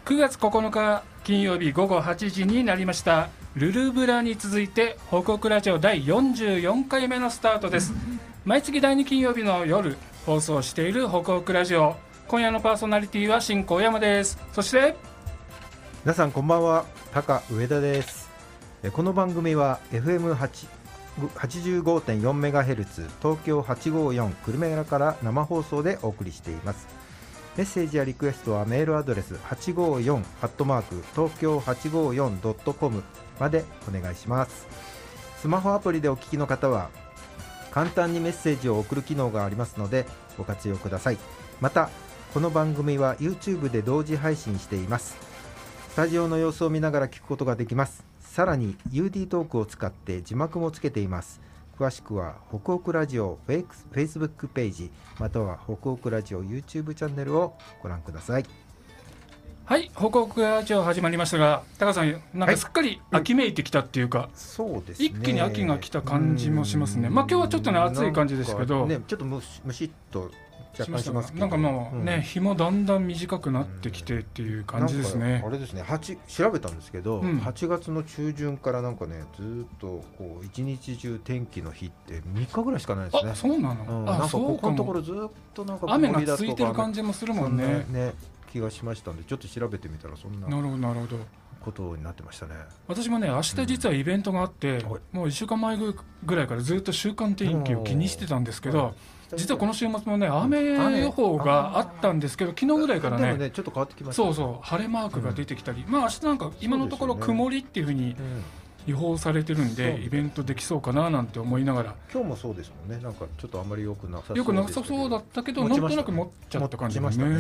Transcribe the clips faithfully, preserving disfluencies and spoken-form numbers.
くがつここのか金曜日ごごはちじになりました。ルルブラに続いて北国ラジオだいよんじゅうよんかいめのスタートです。毎月だいに金曜日の夜放送している北北ラジオ、今夜のパーソナリティは新小山です。そして皆さんこんばんは、高上田です。この番組は エフエムはちじゅうごてんよんメガヘルツ 東京はちごーよん久留米から生放送でお送りしています。メッセージやリクエストはメールアドレス はちごーよん アットマーク 東京はちごーよん ドットコム までお願いします。スマホアプリでお聞きの方は簡単にメッセージを送る機能がありますのでご活用ください。またこの番組は YouTube で同時配信しています。スタジオの様子を見ながら聞くことができます。さらに ユーディー トークを使って字幕もつけています。詳しくは北北ラジオ Facebook ページまたは北北ラジオ YouTube チャンネルをご覧ください。 はい、北北ラジオ始まりましたが、高さんなんかすっかり秋めいてきたっていうか、はい、 そうですね、 一気に秋が来た感じもしますね。まあ今日はちょっとね暑い感じですけど、 ね、ちょっとむしむしっと若干しますけど、 なんかもうね、うん、日もだんだん短くなってきてっていう感じですね。 あれですね、はち調べたんですけど、うん、はちがつの中旬からなんかねずっとこう一日中天気の日ってみっかぐらいしかないですね。 あ、そうなの、 うん、なんかここのところずっとなんか雨がついてる感じもするもんね。 ね、気がしましたんでちょっと調べてみたらそんななるほどなるほどことになってましたね。 私もね明日実はイベントがあって、うん、もういっしゅうかんまえぐらいからずっと週間天気を気にしてたんですけど、実はこの週末もね雨予報があったんですけど、昨日ぐらいから ね, ねちょっと変わってきました、ね、 そうそう晴れマークが出てきたり、うん、まあ明日なんか今のところ曇りっていうふうに予報されてるんで、うん、イベントできそうかななんて思いながら、 今日もそうですもんね。なんかちょっとあんまり良くなさそうよくなさそうだったけど、なんとなく持っちゃった感じですね。はいはい、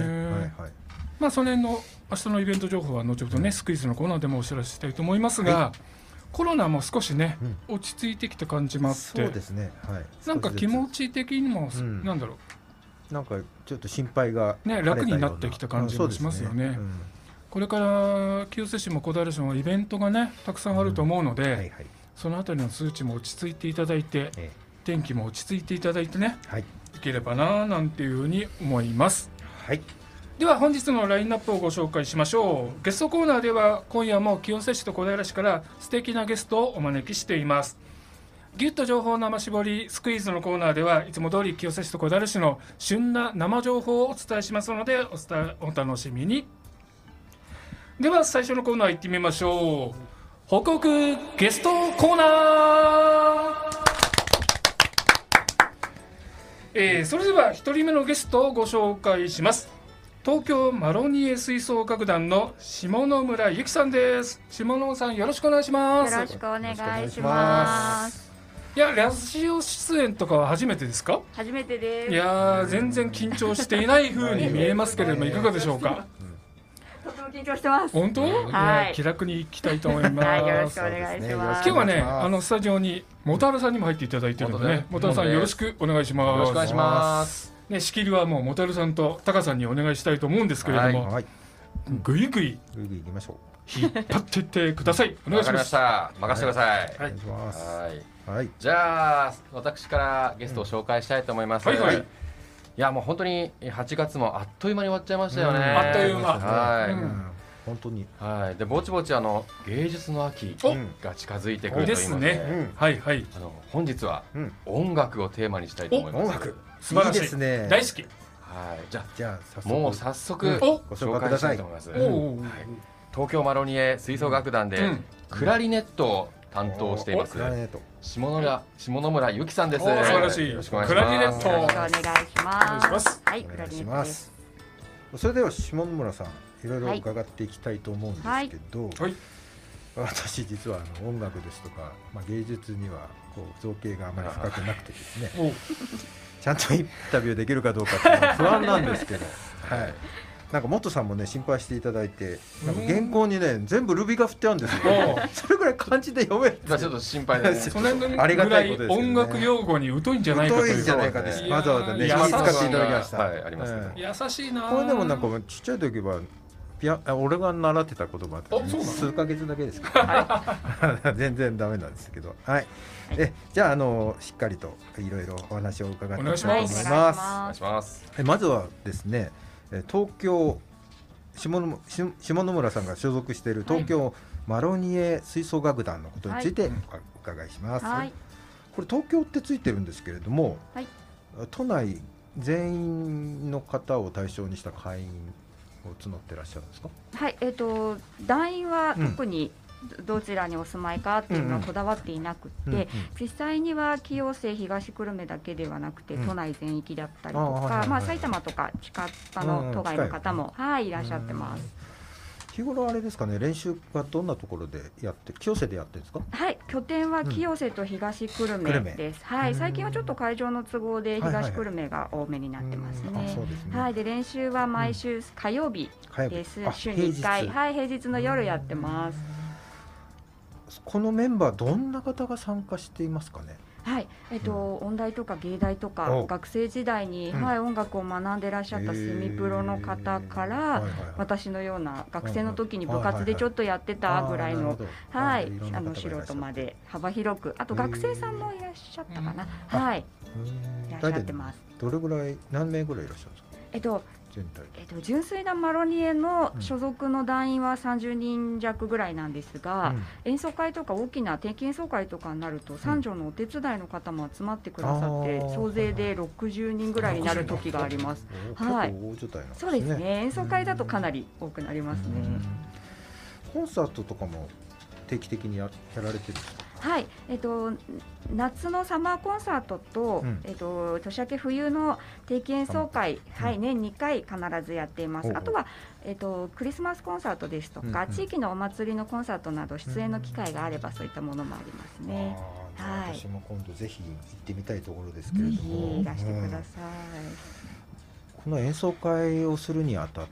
まあそれの明日のイベント情報は後ほどね、うん、スクイズのコーナーでもお知らせしたいと思いますが、はい、コロナも少しね、うん、落ち着いてきた感じもあって、 そうですね、はい、 なんか気持ち的にも、うん、なんだろう、 なんかちょっと心配がね、楽になってきた感じもしますよね。うん、これから清瀬市も小平市もイベントがねたくさんあると思うので、うん、はいはい、そのあたりの数値も落ち着いていただいて、ええ、天気も落ち着いていただいてね、はい、いければななんていうふうに思います。 はい、 では本日のラインナップをご紹介しましょう。ゲストコーナーでは今夜も清瀬市と小平市から素敵なゲストをお招きしています。ギュッと情報生絞りスクイーズのコーナーではいつも通り清瀬市と小平市の旬な生情報をお伝えしますので お, 伝お楽しみに。では最初のコーナー行ってみましょう。報告ゲストコーナー、えー、それではひとりめのゲストをご紹介します。東京マロニエ吹奏楽団の下野村ゆきさんです。下野さんよろしくお願いします。 よろしくお願いします。 いやラジオ出演とかは初めてですか？ 初めてです。 いや全然緊張していない風に見えますけれどもいかがでしょうか？ とても緊張してます。 本当？はい、気楽に行きたいと思います。 はい、よろしくお願いします。 今日はねあのスタジオに元原さんにも入っていただいているのでね、元原さんよろしくお願いします。 よろしくお願いします。 ね、仕切りはもう元原さんと高さんにお願いしたいと思うんですけれども、はい、ぐいぐいぐいぐい行きましょう。引っ張っていってください。お願いします。 わかりました。任せてください。 はい、お願いします。 はいはい、じゃあ私からゲストを紹介したいと思います。うん、はいはい。いやもう本当にはちがつもあっという間に終わっちゃいましたよね。 あっという間。 はい。 うん、本当に。 はい。でぼちぼちあの芸術の秋が近づいてくるということで、ですね。はいはい。 あの本日は音楽をテーマにしたいと思います。 音楽。素晴らしいですね。 大好き。 はい。じゃあじゃあもう早速ご紹介したいと思います。はい。東京マロニエ吹奏楽団でクラリネットを担当しています下野村下野村ゆきさんです。 素晴らしい。 よろしくお願いします。 クラリネットよろしくお願いします。 はい、クラリネットです。それでは下野村さんいろいろ伺っていきたいと思うんですけど、はい、私実はあの音楽ですとか、まあ、芸術にはこう造形があまり深くなくてですねちゃんとインタビューできるかどうかっていうのは不安なんですけど、はい、なんか元さんもね心配していただいて、なんか原稿にね全部ルビが振ってあるんですよ。それぐらい漢字で読める。 ちょっと心配です。 それぐらい音楽用語に疎いんじゃないかという。 疎いんじゃないかです。わざわざね気使っていただきました。 はい、あります。 優しいな。 これでもなんかちっちゃい時はピア俺が習ってた言葉って数ヶ月だけですけど、全然ダメなんですけど、はい。えじゃああのしっかりといろいろお話を伺っていきたいと思います。 お願いします。 えまずはですね、東京下の下野村さんが所属している東京マロニエ吹奏楽団のことについてお伺いします、はい、これ東京ってついてるんですけれども、はい、都内全員の方を対象にした会員を募ってらっしゃるんですか？ はい、えーと、団員は特にどちらにお住まいかっていうのはこだわっていなくて、うんうん、実際には清瀬東久留米だけではなくて、うん、都内全域だったりとか、はいはいはい、まあ、埼玉とか近場の都外の方も、うん、はい、いらっしゃってます。 日頃あれですかね、練習はどんなところでやって清瀬でやってるんですか？ はい、拠点は清瀬と東久留米です、うん、はい、最近はちょっと会場の都合で東久留米が多めになってますね。はい、で練習は毎週火曜日です、うん、週にいっかい、はい、平日の夜やってます。 このメンバーどんな方が参加していますかね？ はい、えっと、うん、音大とか芸大とか学生時代に、うん、はい、音楽を学んでらっしゃったセミプロの方から、はいはいはい、私のような学生の時に部活でちょっとやってたぐらいの、はい、あの素人まで幅広く、あと学生さんもいらっしゃったかな、はい、いらっしゃってます。 どれぐらい、何名ぐらいいらっしゃるんですか？ えっとえっと、純粋なマロニエの所属の団員はさんじゅうにん弱ぐらいなんですが、うん、演奏会とか大きな定期演奏会とかになると三女のお手伝いの方も集まってくださって、うん、総勢でろくじゅうにんぐらいになる時があります。はい、そうですね、演奏会だとかなり多くなりますね。 コンサートとかも定期的に や, やられてるんですか？ はい、えっと、夏のサマーコンサートと、うん、えっと、年明け冬の定期演奏会、はい、年にかい必ずやっています。あとは、えっと、クリスマスコンサートですとか、うんうん、地域のお祭りのコンサートなど出演の機会があれば、そういったものもありますね。 はい、私も今度ぜひ行ってみたいところですけれども、 いらしてください。うん、 この演奏会をするにあたって、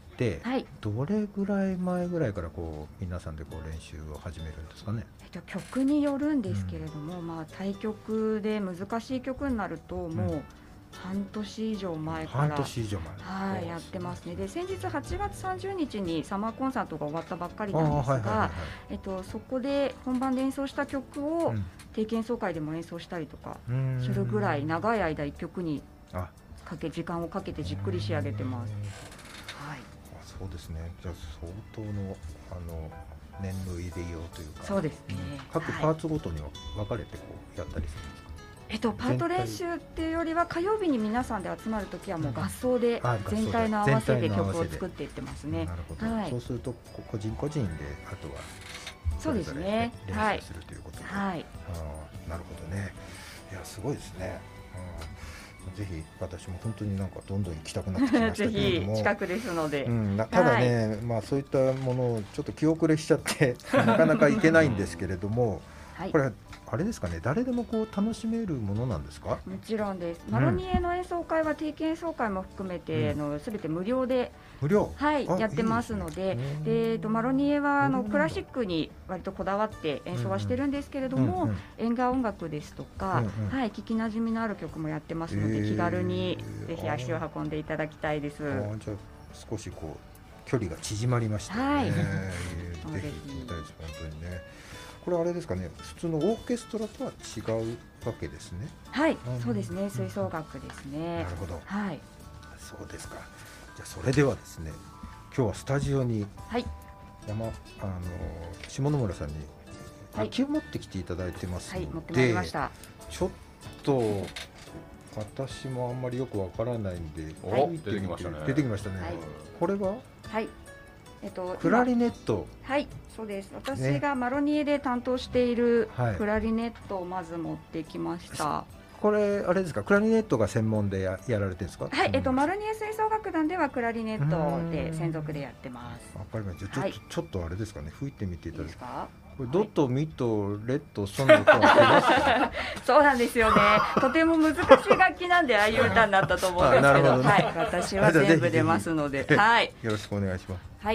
はい、どれぐらい前ぐらいからこう皆さんでこう練習を始めるんですかね？ えっと、曲によるんですけれども、うん、まあ、対曲で難しい曲になるともう半年以上前から、 半年以上前、 はい、やってますね。で、先日はちがつさんじゅうにちにサマーコンサートが終わったばっかりなんですが、えっと、そこで本番で演奏した曲を定期演奏会でも演奏したりとかするぐらい長い間いっきょくにかけ時間をかけてじっくり仕上げてます。はい、 あ、そうですね。じゃあ相当のあの念の入れようというか、 そうですね、 各パーツごとには分かれてこうやったりするんですか？ えっと、パート練習っていうよりは火曜日に皆さんで集まるときはもう合奏で全体の合わせで曲を作っていってますね。 なるほど、はい、そうすると個人個人であとはそうですね、 練習するということで、 はい、 あ、なるほどね。いや、すごいですね。うん、ぜひ私も本当になんかどんどん行きたくなってきましたけれどもぜひ近くですので、 うん、ただね、はい、まあ、そういったものをちょっと気遅れしちゃってなかなか行けないんですけれども、はい、これあれですかね、誰でもこう楽しめるものなんですか？ もちろんです。マロニエの演奏会は定期演奏会も含めて、うん、の全て無料で無料、 はい、やってますので、いいですね。で、えっと、マロニエはあのクラシックに割とこだわって演奏はしてるんですけれども、うんうん、演歌音楽ですとか、うんうん、はい、聞きなじみのある曲もやってますので、えー、気軽にぜひ足を運んでいただきたいです。 あ、じゃあ少しこう距離が縮まりましたね。 はい、 えー、ぜひ行きたいです、本当にね。これあれですかね、普通のオーケストラとは違うわけですね。 はい、そうですね、吹奏楽ですね。 なるほど、 はい、 そうですか。じゃあそれではですね、今日はスタジオに、 はい、 山あの下野村さんに楽器を持ってきていただいてますので、はい、持ってまいりました。ちょっと私もあんまりよくわからないんで、 はい、出てきましたね。 出てきましたね。はい、これは、 はい、えっと、 クラリネット。 はい、そうです。私がマロニエで担当しているクラリネットをまず持ってきました。はい、 これあれですか、クラリネットが専門で や, やられてるんですか？ はい、えっと、マロニエ吹奏楽団ではクラリネットで専属でやってます。 わかりました。ちょっと、はい、ちょっとあれですかね、吹いてみていただいて。 いいですか？ これドとミとレとソの音は出ますか？ そうなんですよね。とても難しい楽器なんでああいう歌になったと思うんですけど、どね、はい、私は全部出ますので、はい、 よろしくお願いします。 はい。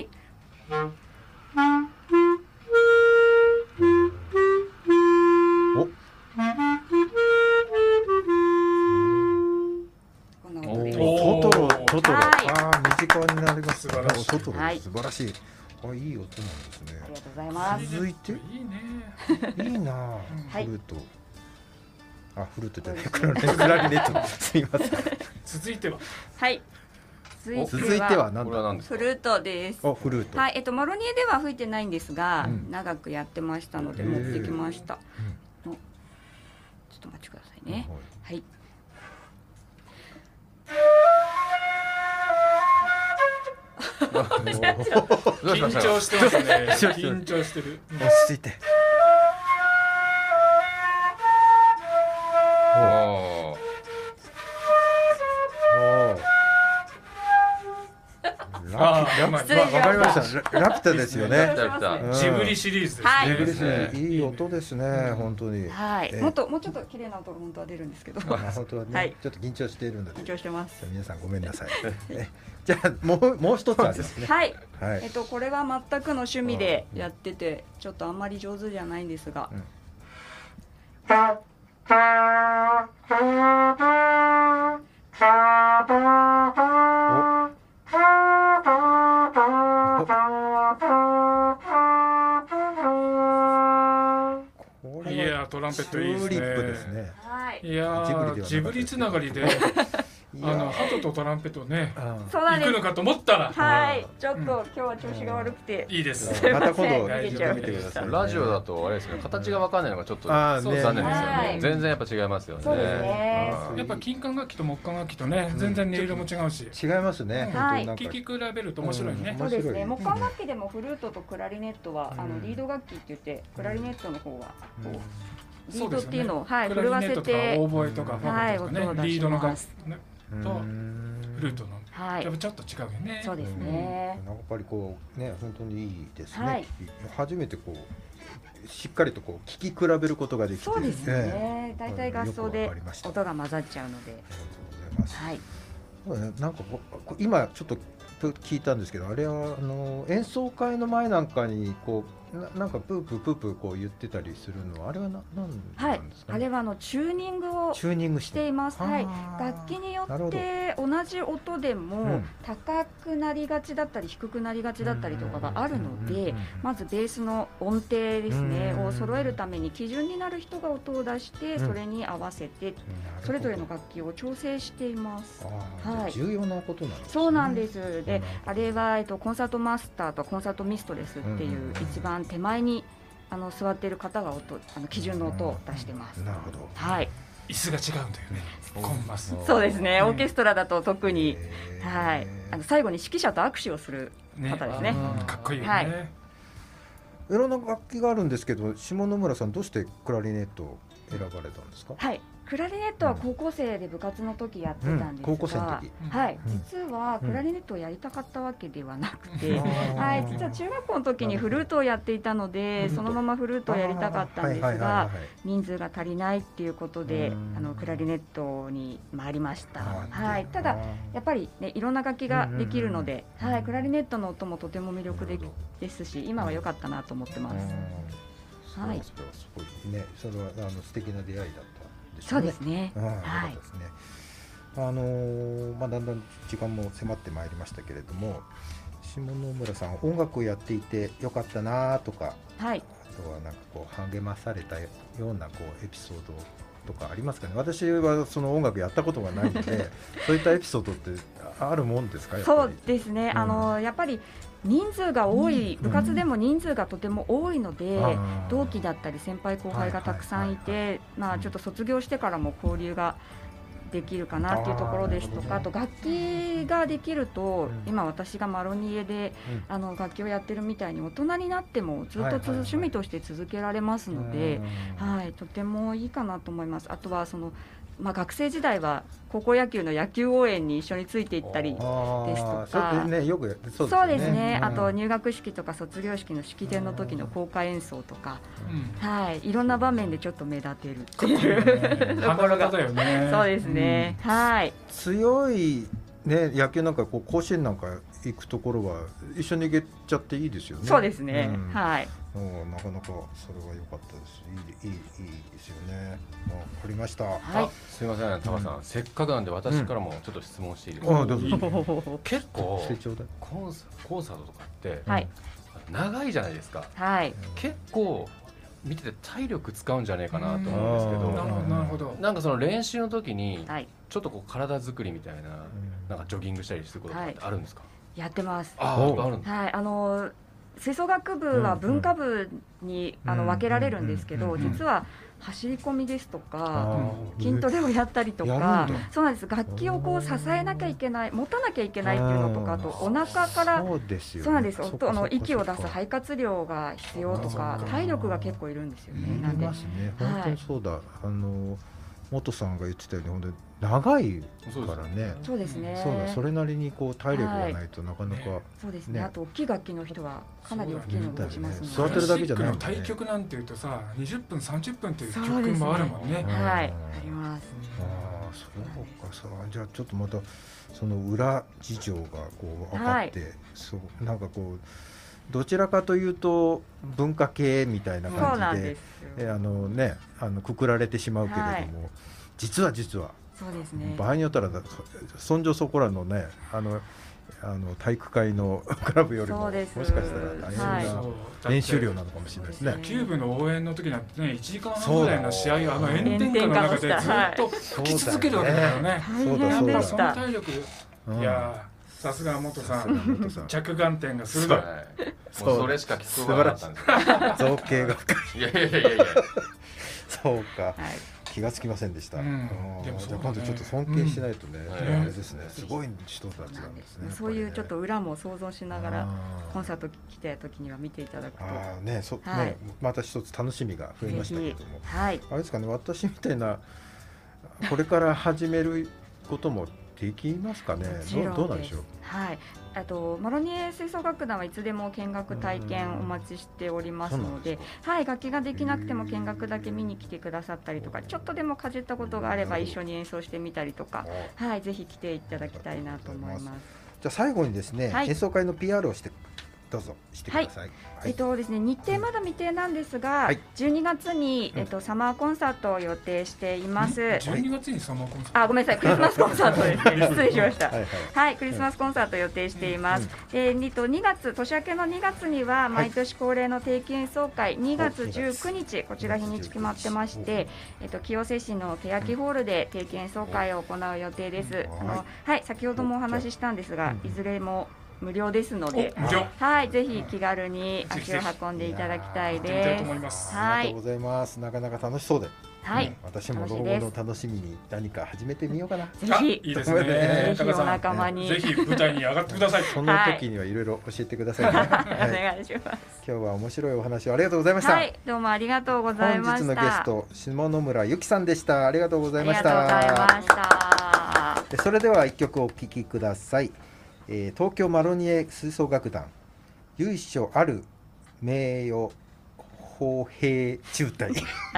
お。 この音です。 トトロ、トトロ、 はい、 ああ、身近になります。 素晴らしい。 トトロ、 はい、 素晴らしい。あ、いい音なんですね。 ありがとうございます。 続いて、いいね。いいな、はい、フルート。あ、フルートじゃない、クラリネット。すみません。 続いては。 はい。 続いては続いては何だ。 フルートです。 お、フルート。 はい、えっとマロニエでは吹いてないんですが、うん、長くやってましたので持ってきました。うん、ちょっとお待ちくださいね。はい。 緊張してますね。緊張してる。 落ち着いて。おお。ラピュタ、わかりました。ラピュタですよね。 ジブリシリーズですね。いい音ですね、本当に。 はい。もっともうちょっと綺麗な音が本当は出るんですけど。 本当はね、ちょっと緊張しているので。 緊張してます。 皆さんごめんなさい。じゃあもうもう一つはですね。 はい。えっとこれは全くの趣味でやってて、ちょっとあんまり上手じゃないんですが。 いやトランペットいいですね。いやジブリつながりであの鳩とトランペットね行くのかと思ったら、 はいちょっと今日は調子が悪くていいです。 また今度見てください。 ラジオだとあれですね、形が分かんないのがちょっと残念ですよね。全然やっぱ違いますよね。 やっぱ金管楽器と木管楽器とね全然音色も違うし違いますね。 聞き比べると面白いね。 そうですね。木管楽器でもフルートとクラリネットはあのリード楽器って言ってクラリネットの方はこうリードっていうのをはい震わせてオーボエとかファゴとかねリードの楽器とフルートのやっぱちょっと違うよね。 そうですね。 やっぱりこうね本当にいいですね。初めてこうしっかりとこう聞き比べることができて、 そうですね。だいたい合奏で音が混ざっちゃうので。 はい。なんか今ちょっと聞いたんですけど、あれはあの演奏会の前なんかにこうななんかプープープープーこう言ってたりするのはあれはななんなんですかね。 はい、あれはあのチューニングをチューニングしています。はい、楽器によって同じ音でも高くなりがちだったり低くなりがちだったりとかがあるので、まずベースの音程ですねを揃えるために基準になる人が音を出してそれに合わせてそれぞれの楽器を調整しています。 はい、重要なことなんですね。 そうなんです。で、あれはえっとコンサートマスターとコンサートミストレスっていう一番手前にあの座っている方が音あの基準の音を出してます。 なるほど。 はい。 椅子が違うんだよね。コンマス。 そうですね。オーケストラだと特にはい。あの最後に指揮者と握手をする方ですね。 かっこいいよね。 いろんな楽器があるんですけど、下野村さんどうしてクラリネットを選ばれたんですか？ はい。クラリネットは高校生で部活の時やってたんですが、 高校生の時、 はい、実はクラリネットをやりたかったわけではなくて、はい、実は中学校の時にフルートをやっていたので、そのままフルートをやりたかったんですが、人数が足りないっていうことで、あのクラリネットに回りました。はい、ただやっぱりね、いろんな楽器ができるので、はい、クラリネットの音もとても魅力的ですし、今は良かったなと思ってます。 はい、すごいね、それはあの素敵な出会いだった。 そうですね。 はい。あのー、まあだんだん時間も迫ってまいりましたけれども、下野村さん音楽をやっていてよかったなとか、 はい。 あとはなんかこう励まされたようなこうエピソードとかありますかね。私はその音楽やったことがないので、そういったエピソードってあるもんですか。 そうですね。あのやっぱり。人数が多い部活でも人数がとても多いので、うん、同期だったり先輩後輩がたくさんいて、まあちょっと卒業してからも交流ができるかなっていうところですとか、あと楽器ができると、うん、今私がマロニエで、うん、あの楽器をやってるみたいに大人になってもずっと趣味として続けられますので、はい、とてもいいかなと思います。あとはそのまあ、学生時代は高校野球の野球応援に一緒についていったりですとか、 ね、よくそうですね、そうですね、あと入学式とか卒業式の式典の時の校歌演奏とか、はい、いろんな場面でちょっと目立てるっていうところが、そうですね、はい、 強いね、野球なんかこう甲子園なんか行くところは一緒に行けちゃっていいですよね。 そうですね、うん、はい。 なかなかそれは良かったです。いい、いい、いいですよね。わかりました。 はい、 すみません、タカさん、うん、せっかくなんで私からもちょっと質問していいですか。うん、どうぞ。結構コンサ、コンサートとかって、はい、長いじゃないですか。 はい。 結構見てて体力使うんじゃねえかなと思うんですけど、 なるほど。 なんかその練習の時に、はい、 ちょっとこう体作りみたいな、なんかジョギングしたりすることってあるんですか？ はい、やってます。 ああ、あるんです。 はい、あの吹奏楽部は文化部に、うん、あの分けられるんですけど、うん、実は走り込みですとか、うん、筋トレをやったりとか、そうなんです。楽器をこう支えなきゃいけない、持たなきゃいけないっていうのとか、あとお腹からそうですよ、ね、そうなんです。あの息を出す肺活量が必要とか、体力が結構いるんですよね。 なんで、ますね。本当にそうだ。はい、あの元さんが言ってたように本当に長いからね。 そうですね。 そうだ、それなりにこう体力がないとなかなか、はい、 そうですね。あと大きい楽器の人はかなり大きいのを持ちますので、 座ってるだけじゃないもんね。対局なんていうとさ、にじゅっぷんさんじゅっぷんっていう曲もあるもんね。 はい、あります。 ああ、そうか。そう、じゃあちょっとまたその裏事情がこう分かって、はい、そうなんかこうどちらかというと文化系みたいな感じで、えあのね、あのくくられてしまうけれども、はい、実は実はそうですね、 場合によったらそんじょそこらのね、あのあの体育会のクラブよりももしかしたら大変な練習量なのかもしれないですね。 野球部の応援の時なんてね、いちじかんはんぐらいの試合をあの炎天下の中でずっと吹き続けるわけだからね。 そうだそうだ。 その体力、いやさすが元さん、着眼点が鋭い。 もうそれしか聞こえなかったんです。 造形が深い。 いやいやいやいや。 そうか。気がつきませんでした。でもじゃあ今度ちょっと尊敬しないとね、あれですね。すごい人たちなんですね。 そういうちょっと裏も想像しながらコンサート来た時には見ていただくと。ああね、そね、また一つ楽しみが増えましたけども。はい。あれですかね、私みたいなこれから始めることもできますかね。どうどうなんでしょう。 はい。あとマロニエ吹奏楽団はいつでも見学体験お待ちしておりますので、はい、楽器ができなくても見学だけ見に来てくださったりとか、ちょっとでもかじったことがあれば一緒に演奏してみたりとか、はい、ぜひ来ていただきたいなと思います。じゃあ最後にですね、はい、演奏会の ピーアール をしてどうぞしてください。はい、 えっとですね、日程まだ未定なんですが、はい、じゅうにがつに、えっと、サマーコンサートを予定しています。 じゅうにがつにサマーコンサート、 あ、ごめんなさい、クリスマスコンサートですね。失礼しました。はい、はいはい、クリスマスコンサート予定しています。うん、えー、とにがつ、年明けのにがつには毎年恒例の定期演奏会、にがつじゅうくにち、こちら日にち決まってまして、えっと、清瀬市の欅ホールで定期演奏会を行う予定です。あの、はい、先ほどもお話ししたんですが、いずれも無料ですので、はい、ぜひ気軽に足を運んでいただきたいです。 ありがとうございます。なかなか楽しそうで、はい、私も老後の楽しみに何か始めてみようかな。 ぜひいいですね。ぜひお仲間に、 ぜひ舞台に上がってください。 その時にはいろいろ教えてくださいね。お願いします。 今日は面白いお話をありがとうございました。 はい、どうもありがとうございました。 本日のゲスト下野村由紀さんでした。ありがとうございました。 ありがとうございました。 それでは一曲お聴きください。えー、東京マロニエ吹奏楽団由緒ある名誉砲兵中隊。はい。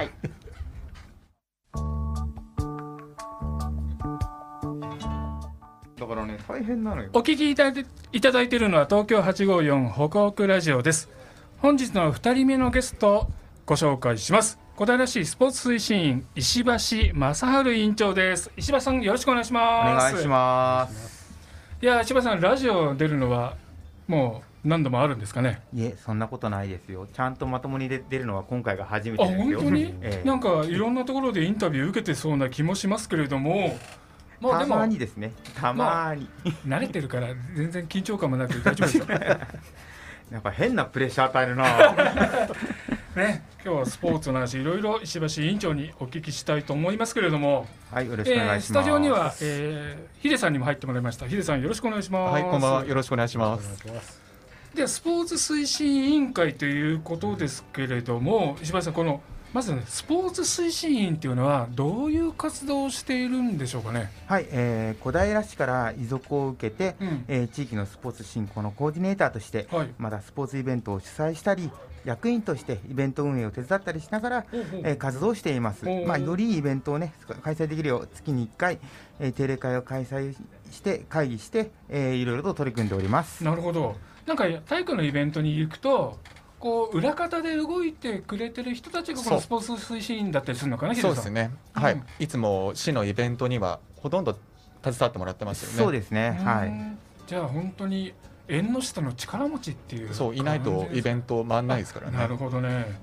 だからね、大変なのよ。 お聞きいただいて、いただいているのは東京はちごよんホクホクラジオです。本日のふたりめのゲストをご紹介します。小平市スポーツ推進員石橋正治委員長です。石橋さん、よろしくお願いします。 お願いします。 いや、石橋さん、ラジオ出るのはもう何度もあるんですかね。 いえ、そんなことないですよ。ちゃんとまともに出るのは今回が初めてですよ。 あ、本当に、ええ、なんかいろんなところでインタビュー受けてそうな気もしますけれども、 まあ、でもたまにですね、たまに、 まあ、慣れてるから全然緊張感もなく大丈夫ですよ。 なんか変なプレッシャー与えるな。 ね、今日はスポーツの話いろいろ石橋委員長にお聞きしたいと思いますけれども、 はい、よろしくお願いします。えー、 スタジオには、えー、ヒデさんにも入ってもらいました。ヒデさん、よろしくお願いします。 はい、こんばんは、よろしくお願いします。 で、スポーツ推進委員会ということですけれども、石橋さん、このまず、ね、スポーツ推進員というのはどういう活動をしているんでしょうかね。 はい、えー、小平市から委属を受けて、うん、えー、地域のスポーツ振興のコーディネーターとして、はい、まだスポーツイベントを主催したり、役員としてイベント運営を手伝ったりしながら、えー、活動しています。まあ、よりイベントを、ね、開催できるよう月にいっかい、えー、定例会を開催して会議して、えー、いろいろと取り組んでおります。 なるほど。なんか体育のイベントに行くとこう裏方で動いてくれてる人たちがこのスポーツ推進員だったりするのかな。 そうですね、うん、はい、いつも市のイベントにはほとんど携わってもらってますよね。 そうですね、はい。 じゃあ本当に縁の下の力持ちっていう、 そういないとイベント回んないですからね。 なるほどね。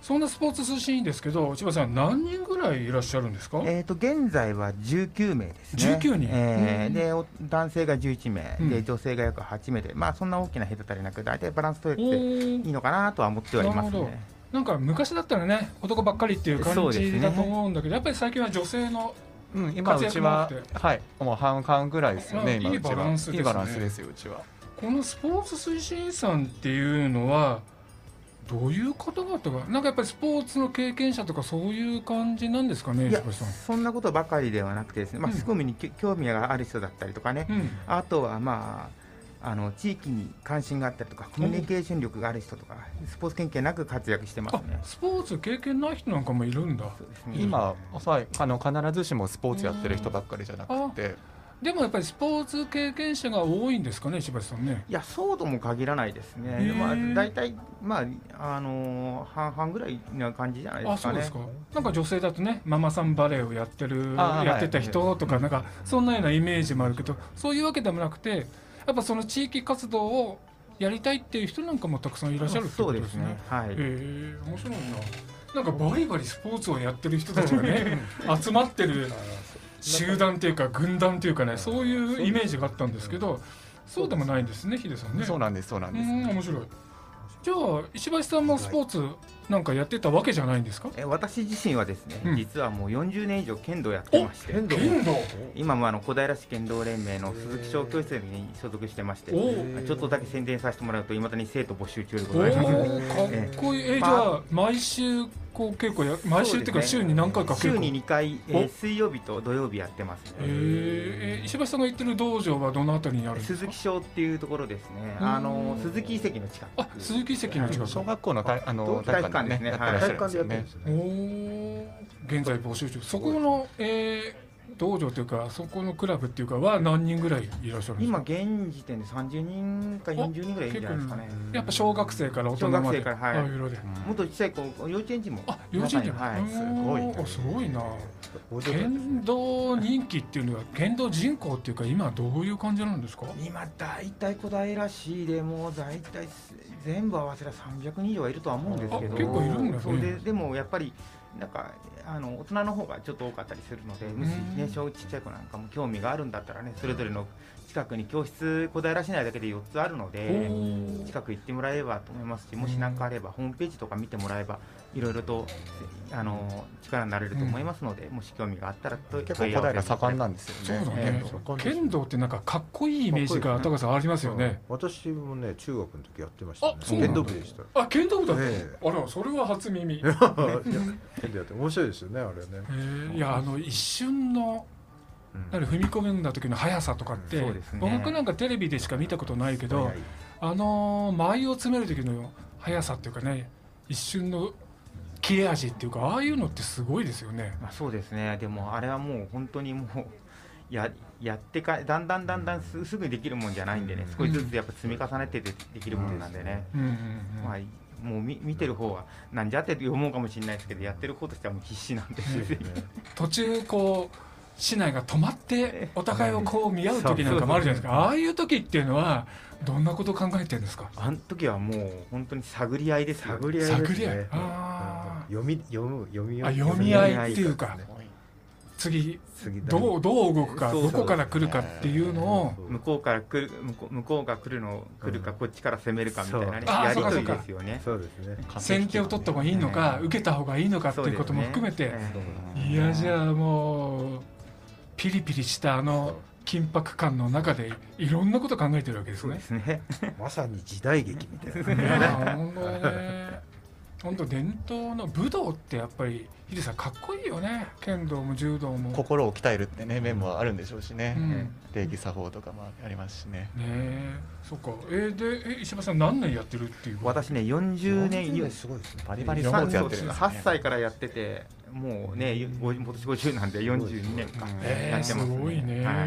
そんなスポーツ通信員ですけど、千葉さん何人ぐらいいらっしゃるんですか？ えー、と現在はじゅうきゅうめいですね。 じゅうきゅうにん、 えー、で男性がじゅういちめい、 うん、 で女性が約はちめいで、まあ、そんな大きな隔たりなく大体バランス取れていいのかなとは思ってはいますね。 なんか昔だったらね男ばっかりっていう感じだと思うんだけど、ね、やっぱり最近は女性のうん、今うちははいもう半々ぐらいですよね。今いいバランスですね。 いいバランスですようちは。 このスポーツ推進員さんっていうのはどういう方々がなんかやっぱりスポーツの経験者とかそういう感じなんですかね。 いやそんなことばかりではなくてですね、まあ、スポーツに興味がある人だったりとかね、うん、あとはまああの地域に関心があったりとかコミュニケーション力がある人とか、うん、スポーツ経験なく活躍してますね。 スポーツ経験ない人なんかもいるんだ。 そうですね、今、はい、あの必ずしもスポーツやってる人ばっかりじゃなくて、 でもやっぱりスポーツ経験者が多いんですかね、柴田さんね。 いやそうとも限らないですね。まあ、大体、まああのー、半々ぐらいな感じじゃないですかね。 あ、そうですか。なんか女性だとねママさんバレーをやってるやってた人とか、なんかそんなようなイメージもあるけど、そういうわけでもなくてやっぱその地域活動をやりたいっていう人なんかもたくさんいらっしゃるってことですね。そうですね、はい。えー、面白いな。なんかバリバリスポーツをやってる人たちがね集まってる集団というか軍団というかね、そういうイメージがあったんですけど、そうでもないんですね、ヒデさんね。 そうなんです、そうなんです。 うん、面白い。じゃあ石橋さんもスポーツなんかやってたわけじゃないんですか？ え私自身はですね、うん、実はもうよんじゅうねん以上剣道やってまして、 剣道今もあの小平市剣道連盟の鈴木小教室に所属してまして、ちょっとだけ宣伝させてもらうといまだに生徒募集中でございます。かっこいい。えー、じゃあ毎週こう稽古や毎週っていうか週に何回か稽古？ 週ににかい、えー、水曜日と土曜日やってますね。 えー、石橋さんが行ってる道場はどのあたりにあるんですか？ 鈴木小っていうところですね。あの鈴木遺跡の近く。 あ、鈴木遺跡の近く。 小学校の体あの体育館ですね。 やってらっしゃるんですよね。 おお、現在募集中。そこの、えー道場というかそこのクラブっていうかは何人ぐらいいらっしゃるんですか？ 今現時点でさんじゅうにんかよんじゅうにんぐらいいるんじゃないですかね。 やっぱ小学生から大人まで。 小学生から、はい。 あ、色で。 もっと小さい子、幼稚園児も。 あ、幼稚園児も。 はい。 すごい。すごいな。剣道人気っていうのは剣道人口っていうか今どういう感じなんですか？ 今だいたい小平市でもだいたい全部合わせたらさんびゃくにん以上はいるとは思うんですけど。 結構いるんだね。 そうででもやっぱりなんかあの大人の方がちょっと多かったりするので、もしね小ちっちゃい子なんかも興味があるんだったらね、それぞれの近くに教室小平市内だけでよっつあるので近く行ってもらえればと思いますし、もし何かあればホームページとか見てもらえばいろいろとあの力になれると思いますので、もし興味があったらと。 結構小平盛んなんですよね。 そうだね。剣道ってなんかかっこいいイメージが高さありますよね。 私もね中学の時やってましたね。 剣道部でした。 あ、剣道部だった。あら、それは初耳。 剣道やって面白いですよね、あれね。 いや、あの一瞬の踏み込んだ時の速さとかって、僕なんかテレビでしか見たことないけど、あの舞を詰める時の速さっていうかね、一瞬の切れ味っていうか、ああいうのってすごいですよね。 まあ、そうですね。でもあれはもう本当にもうややってかだんだんだんだん す, すぐできるもんじゃないんでね、少しずつやっぱ積み重ねて で, できるものなんでね。まあもう 見, 見てる方はなんじゃって思うかもしれないですけど、やってる方としてはもう必死なんですよ、ね、 途中こう市内が止まってお互いをこう見合う時なんかもあるじゃないですか。ああいう時っていうのはどんなことを考えてるんですか？ あの時はもう本当に探り合いですよ。 探り合いですね。 あ、 読み読む読みあ読み合いっていうか、次どうどう動くか、どこから来るかっていうのを向こうから来る向こう向こうが来るの来るか、こっちから攻めるかみたいなね、やり取りですよね。 そうですね。 先手を取った方がいいのか、受けた方がいいのかっていうことも含めて、いや、じゃあもうピリピリしたあの緊迫感の中でいろんなこと考えてるわけですね。 そうですね。 まさに時代劇みたいな。 いや、本当ね。本当伝統の武道ってやっぱりヒデさんかっこいいよね。剣道も柔道も心を鍛えるってね面もあるんでしょうしね、うん、礼儀作法とかもありますしね。 ねえ、そっか。えー、でえ石橋さん何年やってるっていう？ 私ねよんじゅうねん、 すごいですね。 バリバリスポーツやってるんですね。 はっさいからやってて、もうね今年ごじゅうなんでよんじゅうにねんかやってます、ね。 すごいね、はい、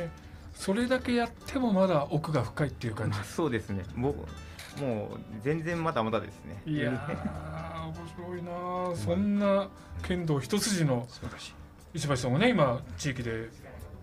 それだけやってもまだ奥が深いっていう感じ。 そうですね。僕もう全然まだまだですね。 いやー面白いな。そんな剣道一筋の石橋さんもね今地域で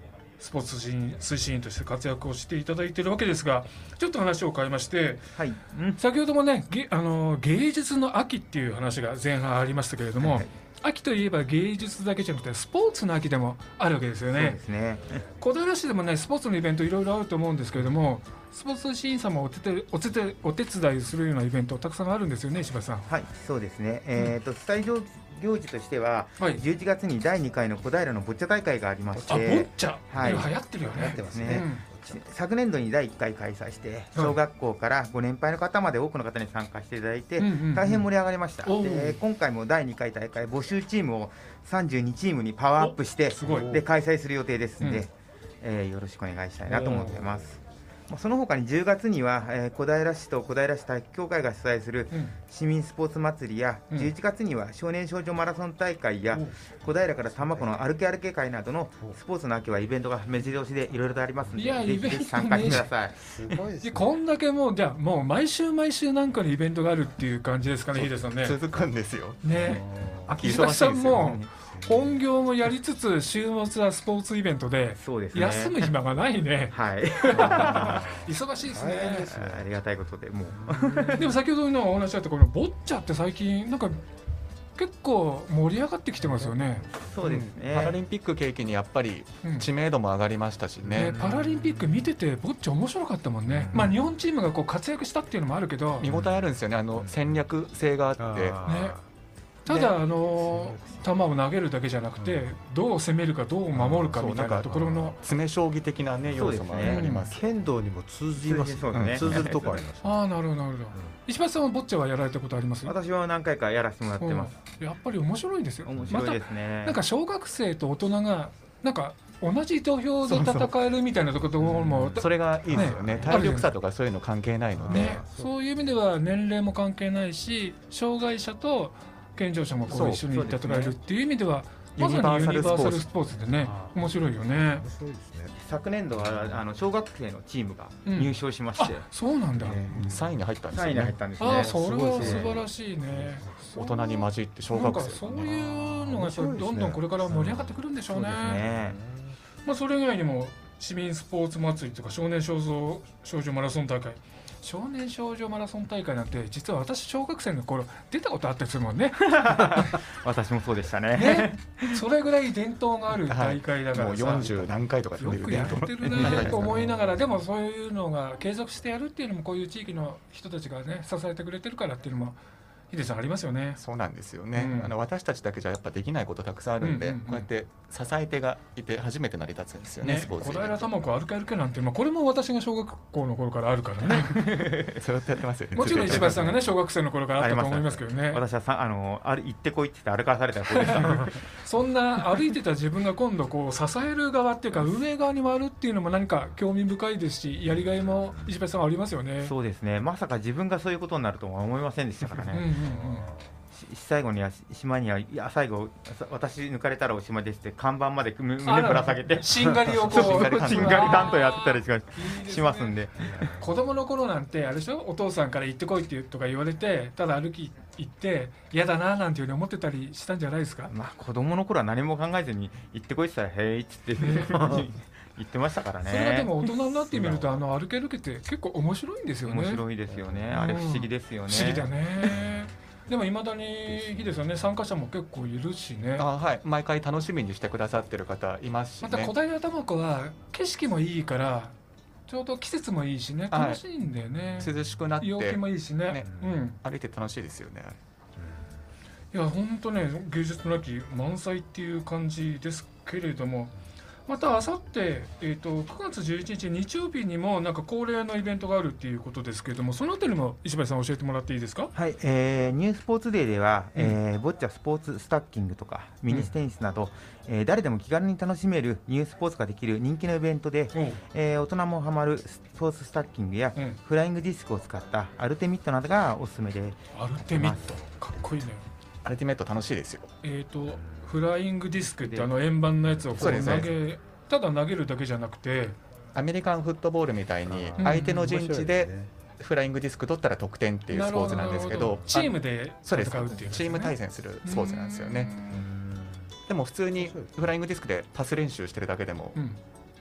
スポーツ推進員として活躍をしていただいているわけですが、ちょっと話を変えまして、 はい、うん、 先ほどもねあの芸術の秋っていう話が前半ありましたけれども、はい、秋といえば芸術だけじゃなくてスポーツの秋でもあるわけですよね。 そうですね。 小平市でもねスポーツのイベントいろいろあると思うんですけれども、スポーツ推進員さんもお手お手お手伝いするようなイベントたくさんあるんですよね、石橋さん。 はい、そうですね、えーと、主催行事としては、はい、じゅういちがつにだいにかいの小平のボッチャ大会がありまして、 あ、ボッチャ、 はい、 流行ってるよね。 流行ってますね、うん、昨年度にだいいっかい開催して小学校からご年配の方まで多くの方に参加していただいて、大変盛り上がりました。で今回もだいにかい大会募集チームをさんじゅうにチームにパワーアップしてで開催する予定ですので、うん、えー、よろしくお願いしたいなと思っています。その他にじゅうがつには、えー、小平市と小平市体育協会が主催する市民スポーツ祭りや、うん、じゅういちがつには少年少女マラソン大会や、うん、小平から多摩湖の歩け歩け会などのスポーツの秋はイベントが目白押しでいろいろとありますので、ぜひぜひ参加してください。 すごいですね。こんだけもうじゃあもう毎週毎週なんかのイベントがあるっていう感じですかね、ヒデさんね。 続くんですよね。石橋さんも本業もやりつつ週末はスポーツイベントで休む暇がないね。 はい忙しいですね。 ありがたいことでもうでも先ほどのお話あったこのボッチャって最近なんか結構盛り上がってきてますよね。 そうですね、 うん、パラリンピック契機にやっぱり知名度も上がりましたしね、 うんね、パラリンピック見ててボッチャ面白かったもんね、うん、まあ日本チームがこう活躍したっていうのもあるけど見応えあるんですよね。あの戦略性があってね。 ただ、あの球を投げるだけじゃなくてどう攻めるかどう守るかみたいなところの詰将棋的な、ね、要素もあります。 剣道にも通じますね。通ずるところあります。 ああ、なるほどなるほど。石橋さんはボッチャはやられたことあります？ 私は何回かやらせてもらってます。 やっぱり面白いですよ。 面白いですね。 またなんか小学生と大人がなんか同じ土俵で戦えるみたいなところもそれがいいですよね。体力差とかそういうの関係ないので、 ね、そういう意味では年齢も関係ないし、障害者と健常者もこう一緒に戦えるっていう意味ではまさにユニバーサルスポーツでね、面白いよね。 昨年度はあの小学生のチームが入賞しまして、うん、 そうなんだ、 えー、さんいに入ったんですよね。 さんいに入ったんですね。 あ、それは素晴らしいね。 大人に混じって小学生、 そういうのがどんどんこれから盛り上がってくるんでしょうね。 そうですね。 まあそれ以外にも市民スポーツ祭りとか少年少女少女マラソン大会、少年少女マラソン大会なんて実は私小学生の頃出たことあったりするもんね。 私もそうでしたね。 ね、それぐらい伝統がある大会だからさ、 もうよんじゅう何回とかよくやってるねと思いながら、でもそういうのが継続してやるっていうのもこういう地域の人たちがね支えてくれてるからっていうのもヒデさんありますよね。 そうなんですよね、うん、あの私たちだけじゃやっぱできないことたくさんあるんで、うんうんうん、こうやって支え手がいて初めて成り立つんですよね、 ね。 スポーツ小平玉子歩け歩けなんて、まあ、これも私が小学校の頃からあるからね。 そうやってやってますよね。 もちろん石橋さんがね小学生の頃からあったと思いますけどね。 私はさあのある行ってこいって言って歩かされた子でした。 そんな歩いてた自分が今度こう支える側っていうか運営側に回るっていうのも何か興味深いですし、やりがいも石橋さんはありますよね。 そうですね。まさか自分がそういうことになるとは思いませんでしたからね。うんうんうん、最後には島にはいや最後私抜かれたらおしまいですって看板まで胸ぶら下げてしんがりをこうしんがり担当やったりしますんで、 子供の頃なんてあれでしょ、お父さんから行ってこいってとか言われてただ歩き行って嫌だななんていうふうに思ってたりしたんじゃないですか。 まあ子供の頃は何も考えずに行ってこいって言ったらへいっつって言ってましたからね。 それがでも大人になってみるとあの歩け歩けって結構面白いんですよね。 面白いですよね、あれ不思議ですよね。 不思議だね。でもいまだにヒデさんね、参加者も結構いるしね。 あ、はい、毎回楽しみにしてくださってる方いますしね。 また小平玉子は景色もいいからちょうど季節もいいしね、楽しいんだよね、 はい、涼しくなって陽気もいいしね、ね、うん、 歩いて楽しいですよね。 いや本当ね、芸術の秋満載っていう感じですけれども、またあさって、えー、とくがつじゅういちにち日曜日にもなんか恒例のイベントがあるっていうことですけれども、そのあたりも石橋さん教えてもらっていいですか。 はい、えー、ニュースポーツデーでは、うん、えー、ボッチャスポーツスタッキングとかミニテニスなど、うん、えー、誰でも気軽に楽しめるニュースポーツができる人気のイベントで、うん、えー、大人もハマるスポーツスタッキングや、うん、フライングディスクを使ったアルテミットなどがおすすめで。 アルテミットかっこいいね。 アルティメット楽しいですよ。 えーとフライングディスクってあの円盤のやつをこう投げ、ただ投げるだけじゃなくてアメリカンフットボールみたいに相手の陣地でフライングディスク取ったら得点っていうスポーツなんですけど、 チームで戦うっていう、ね、 チーム対戦するスポーツなんですよね。でも普通にフライングディスクでパス練習してるだけでも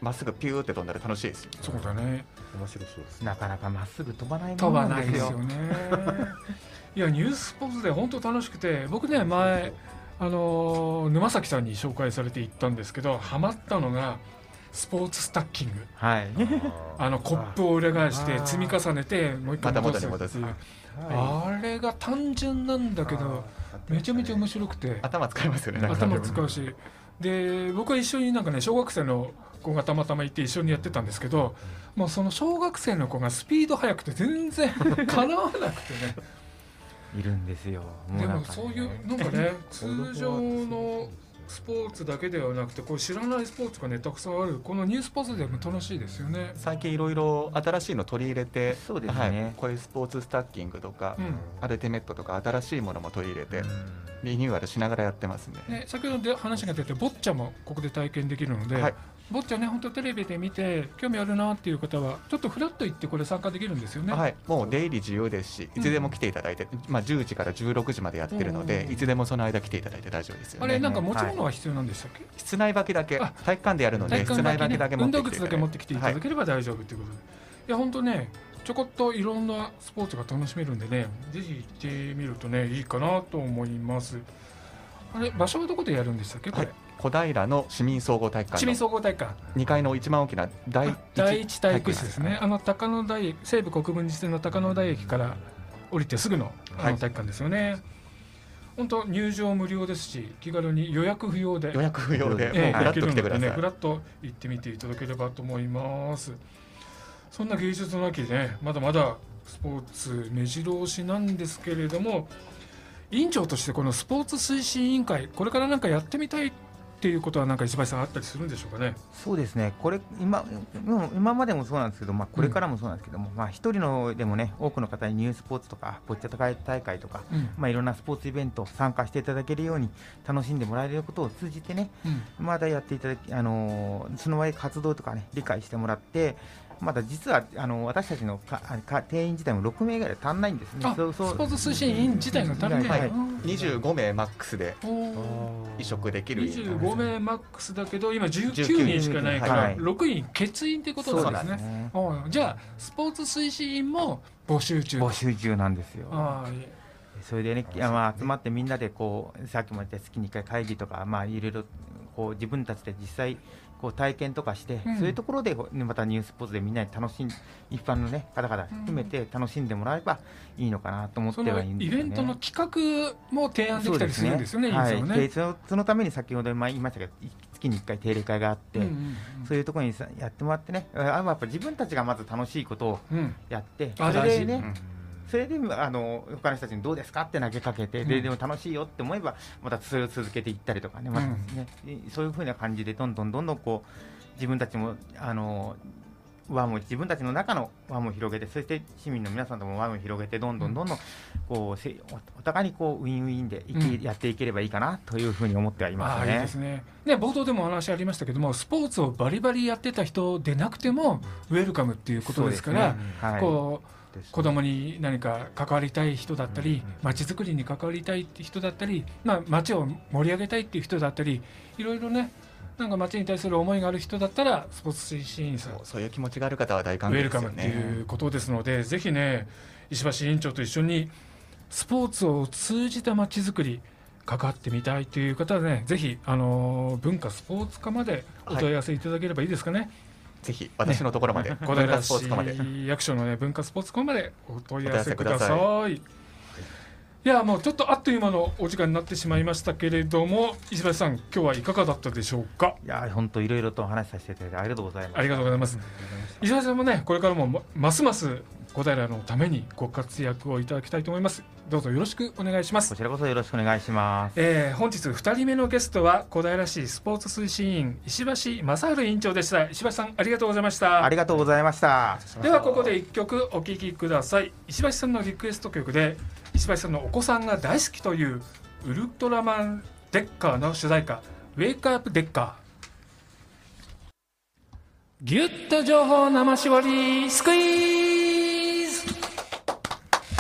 まっすぐピューって飛んだら楽しいですよ。 そうだね、 面白そうです。 なかなかまっすぐ飛ばない飛ばもんなんですよ。 ないですよねいやニュースポーツで本当楽しくて、僕ね前あの沼崎さんに紹介されて行ったんですけど、ハマったのがスポーツスタッキング、 はい、 あのコップを裏返して積み重ねてもう一回戻すっていう、あれが単純なんだけどめちゃめちゃ面白くて、 頭使いますよね。 頭使うし、で僕は一緒になんかね小学生の子がたまたまいて一緒にやってたんですけど、もうその小学生の子がスピード速くて全然かなわなくてねいるんですよ。もでうなんかねもそういうなんかね通常のスポーツだけではなくてこう知らないスポーツがねたくさんある、このニュースポーツでも楽しいですよね。 最近いろいろ新しいの取り入れて、 そうですね、 はい、こういうスポーツスタッキングとか、 うんアルティメットとか新しいものも取り入れてリニューアルしながらやってますね。 ね、先ほどで話が出てボッチャもここで体験できるので、はい、ボッチャね本当テレビで見て興味あるなっていう方はちょっとフラッと行ってこれ参加できるんですよね。 はい、もう出入り自由ですしいつでも来ていただいて、うんまあ、じゅうじからじゅうろくじまでやってるので、いつでもその間来ていただいて大丈夫ですよね。 あれなんか持ち物は必要なんでしたっけ？はい、 室内履きだけ、体育館でやるので室内履きだけ持ってきていただいて、 運動靴だけ持ってきていただければ大丈夫ということで、はい、いや本当ねちょこっといろんなスポーツが楽しめるんでね、ぜひ行ってみるとねいいかなと思います。あれ場所はどこでやるんでしたっけこれ？はい、 小平の市民総合体育館の市民総合体育館にかいの一番大きな第一第一体育室ですね。あの高野台駅、西武国分寺線の高野台駅から降りてすぐのあの体育館ですよね。はい、本当入場無料ですし気軽に予約不要で予約不要で、 えー、 もうフラッと来てください。 フラッと行ってみていただければと思います。そんな芸術の秋でねまだまだスポーツ目白押しなんですけれども、委員長としてこのスポーツ推進委員会これからなんかやってみたいっていうことはなんか石橋さんあったりするんでしょうかね。 そうですね、これ 今, 今までもそうなんですけど、まあ、これからもそうなんですけども、うんまあ、一人のでもね多くの方にニュースポーツとかボッチャ大会とか、うんまあ、いろんなスポーツイベント参加していただけるように楽しんでもらえることを通じてね、うん、まだやっていただき、あのー、その場合活動とかね理解してもらって、まだ実はあの私たちのかか定員自体もろくめいぐらい足んないんですね。 そうそうスポーツ推進委員自体が足りない、はい、 にじゅうごめいマックスで移植できる。 にじゅうごめいマックスだけど今じゅうきゅうにんしかないから、はい、ろくいん欠員ってことなんですね。そうですね。じゃあスポーツ推進委員も募集中募集中なんですよ。 あそれでね、まあ、集まってみんなでこうさっきも言った月にいっかい会議とか、まあ、いろいろこう自分たちで実際こう体験とかして、うん、そういうところでまたニュースポーツでみんなに楽しん一般の、ね、方々含めて楽しんでもらえばいいのかなと思ってはいいんですよね。 イベントの企画も提案できたりするんですよね。 はい、 いいですよね。 その、そのために先ほど言いましたけど月にいっかい定例会があって、うんうんうん、そういうところにやってもらってね、あやっぱ自分たちがまず楽しいことをやって、うん、それでね、うんそれであの他の人たちにどうですかって投げかけて、うん、で, でも楽しいよって思えばまたそれを続けていったりとかね、まあねうん、そういうふうな感じでどんどんどんどんこう自分たちもあの輪も自分たちの中の輪も広げて、そして市民の皆さんとも輪も広げてどんどんどんどんこうお互いにこうウィンウィンでいき、うん、やっていければいいかなというふうに思ってはいますね。 あいいですね。ね冒頭でもお話ありましたけども、スポーツをバリバリやってた人でなくてもウェルカムっていうことですから、ねはい、こう子供に何か関わりたい人だったり、まちづくりに関わりたいって人だったり、まあ、町を盛り上げたいっていう人だったり、いろいろねなんか町に対する思いがある人だったらスポーツ推進員さんそう、そういう気持ちがある方は大歓迎ですよね。 ウェルカムっていうことですので、ぜひね石橋委員長と一緒にスポーツを通じた町づくり関わってみたいという方はね、ぜひあの文化スポーツ課までお問い合わせいただければいいですかね。はいぜひ私のところまで、ね、 小平市役所の、ね、文化スポーツ課までお問い合わせください。はい、いやもうちょっとあっという間のお時間になってしまいましたけれども、石橋さん今日はいかがだったでしょうか。 いや本当いろいろとお話しさせていただいてありがとうございます。 ありがとうございます。石橋さんもねこれからもますます小平のためにご活躍をいただきたいと思います。どうぞよろしくお願いします。 こちらこそよろしくお願いします。 えー、本日ふたりめのゲストは小平市スポーツ推進委員石橋正治委員長でした。石橋さんありがとうございました。 ありがとうございました。 ではここでいっきょくお聴きください。石橋さんのリクエスト曲で石橋さんのお子さんが大好きというウルトラマンデッカーの主題歌ウェイクアップデッカー。ギュッと情報生絞りスクイーズ。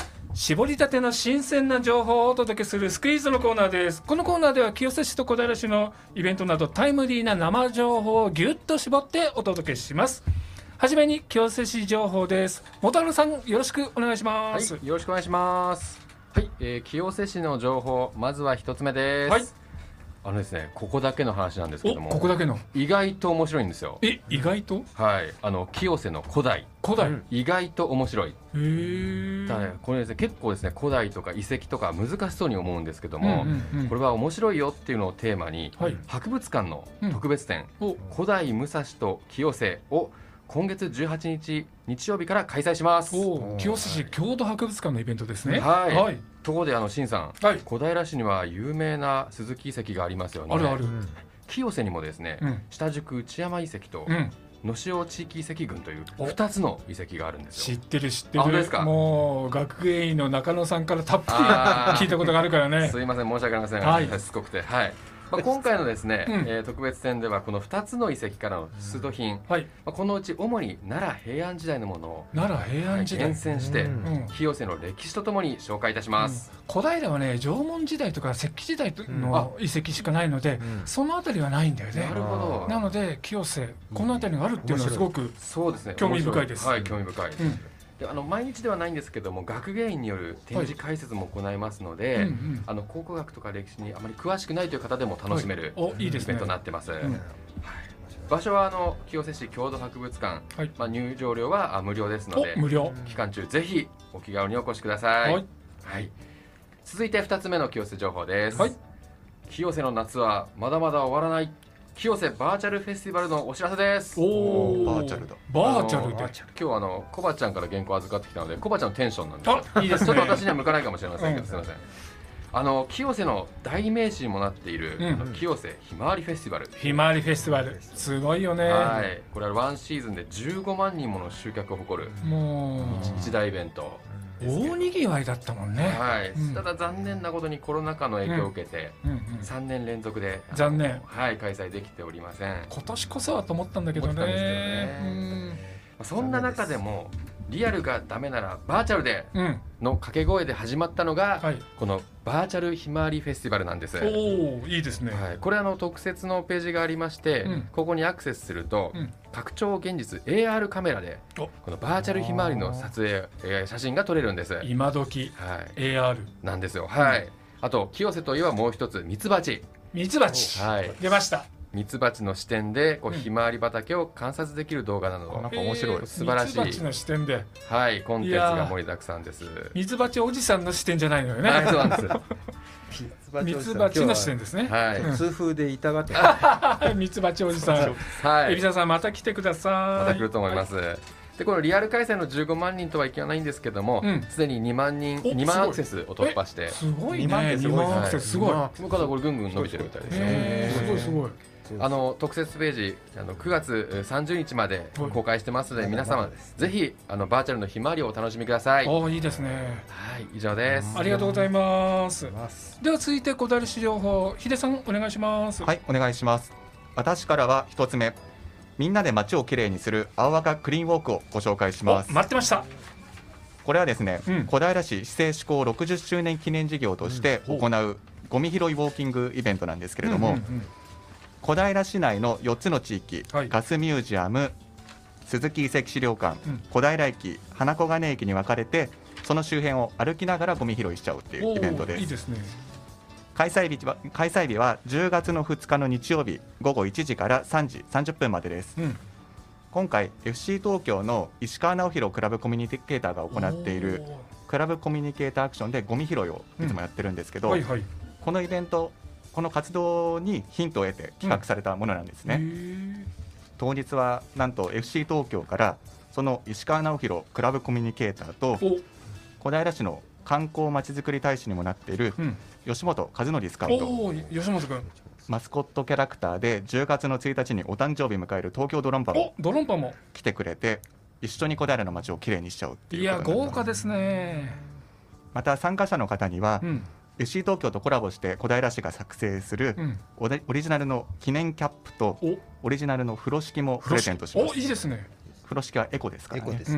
絞りたての新鮮な情報をお届けするスクイーズのコーナーです。このコーナーでは清瀬市と小平市のイベントなどタイムリーな生情報をぎゅっと絞ってお届けします。はじめに清瀬市情報です。元春さん、よろしくお願いします。 はい、よろしくお願いします。はい、えー、清瀬市の情報、まずは一つ目です。はい、あのですね、ここだけの話なんですけども、 ここだけの意外と面白いんですよ。 え、意外と？ はい、あの清瀬の古代、 古代、 意外と面白い。へえ。 ただこれですね、結構ですね、古代とか遺跡とか難しそうに思うんですけども、うんうんうん、これは面白いよっていうのをテーマに、はい、博物館の特別展、うん、古代武蔵と清瀬を今月じゅうはちにち日曜日から開催します。 お清瀬市郷土博物館のイベントですね。 はい、はい、ところであの新さん、 はい、 小平市には有名な鈴木遺跡がありますよね。 あるある。 清瀬にもですね、うん、下宿内山遺跡と、うん能塩地域遺跡群というふたつの遺跡があるんですよ。 知ってる知ってる。ですか。もう学芸員の中野さんからたっぷり聞いたことがあるからね。 すいません、申し訳ありません、はい、しつこくて、はい、まあ、今回のですね、うんえー、特別展ではこのふたつの遺跡からの出土品、はい、まあ、このうち主に奈良平安時代のものを奈良平安時代、 はい、厳選して、うん、清瀬の歴史とともに紹介いたします。 うん、小平はね、縄文時代とか石器時代の遺跡しかないので、うん、そのあたりはないんだよね。 なるほど。 なので清瀬、このあたりがあるっていうのはすごくそうですね、 興味深いです。 はい、興味深い。うんであの毎日ではないんですけども、学芸員による展示解説も行いますので、はい、うんうん、あの考古学とか歴史にあまり詳しくないという方でも楽しめる、はい、イベントになってます。うん、はい、場所はあの清瀬市郷土博物館、はい、まあ、入場料は無料ですので、 無料期間中ぜひお気軽にお越しください。はい、はい、続いてふたつめの清瀬情報です。はい、清瀬の夏はまだまだ終わらない、清瀬バーチャルフェスティバルのお知らせです。 おお、 バーチャルだ。 バーチャルで今日あのコバちゃんから原稿預かってきたので、コバちゃんのテンションなんですよ。あ、いいですね。ちょっと私には向かないかもしれませんけど、うん、すみません。あの清瀬の代名詞にもなっている、うん、あの清瀬ひまわりフェスティバル。 ひまわりフェスティバル、すごいよね。 はい、これはワンシーズンでじゅうごまんにんもの集客を誇るもう一大イベント。 大にぎわいだったもんね。 はい、うん、ただ残念なことにコロナ禍の影響を受けて、うんうんうん、さんねん連続で残念、 はい、開催できておりません。 今年こそはと思ったんだけどね。 ね、うん、そんな中でもリアルがダメならバーチャルでの掛け声で始まったのが、うん、このバーチャルひまわりフェスティバルなんです。 おー、いいですね。 はい、これあの特設のページがありまして、うん、ここにアクセスすると、うん、拡張現実 エーアール カメラでこのバーチャルひまわりの撮影、えー、写真が撮れるんです。 今時、はい、エーアールなんですよ。はい、うん、あと清瀬といえばもう一つミツバチ。 ミツバチ、はい、出ました。 ミツバチの視点でこうひまわり畑を観察できる動画など、うん、 なんか面白い、 素晴らしいミツバチの視点で、 はい、コンテンツが盛りだくさんです。 ミツバチおじさんの視点じゃないのよね。 はい、そうなんです。 ミツバチの視点ですね。 はい、うん、痛風で痛がってミツバチおじさん、はい、海老沢さんまた来てください。 また来ると思います。はい、でこのリアル開催のじゅうごまんにんとはいかないんですけども、すで、うん、ににまんにん、にまんアクセスを突破して、 すごいね。にまんアクセスすごい。 この方これぐんぐん伸びてるみたいですよ。 すごいすごい。 あの特設ページあのくがつさんじゅうにちまで公開してますので、皆様ぜひあのバーチャルのひまわりをお楽しみください。 お、いいですね。 はい、以上です。 ありがとうございます。では続いて小平市情報、秀さんお願いします。 はい、お願いします。私からは一つ目、みんなで街をきれいにする青赤クリーンウォークをご紹介します。 待ってました。 これはですね、うん、小平市市政施行ろくじゅっしゅうねん記念事業として行うゴミ拾いウォーキングイベントなんですけれども、うんうんうん、小平市内のよっつの地域、はい、ガスミュージアム、鈴木遺跡資料館、うん、小平駅、花小金駅に分かれて、その周辺を歩きながらゴミ拾いしちゃうっていうイベントです。 いいですね。 開催日は、開催日はじゅうがつのふつかの日曜日ごごいちじからさんじさんじゅっぷんまでです。うん、今回 エフシー 東京の石川直弘クラブコミュニケーターが行っているクラブコミュニケーターアクションでゴミ拾いをいつもやってるんですけど、うんはいはい、このイベント、この活動にヒントを得て企画されたものなんですね。うん、当日はなんと エフシー 東京からその石川直弘クラブコミュニケーターと小平市の観光まちづくり大使にもなっている吉本和則スカウト、 おー、吉本君、 マスコットキャラクターでじゅうがつのついたちにお誕生日迎える東京ドロンパもドロンパも来てくれて、一緒に小平の街をきれいにしちゃうっていうこと。 いや豪華ですね。 また参加者の方には、うん、エフシー 東京とコラボして小平市が作成する、うん、オリジナルの記念キャップとオリジナルの風呂敷もプレゼントします。 お、いいですね。 風呂敷はエコですからね。エコですね。うん、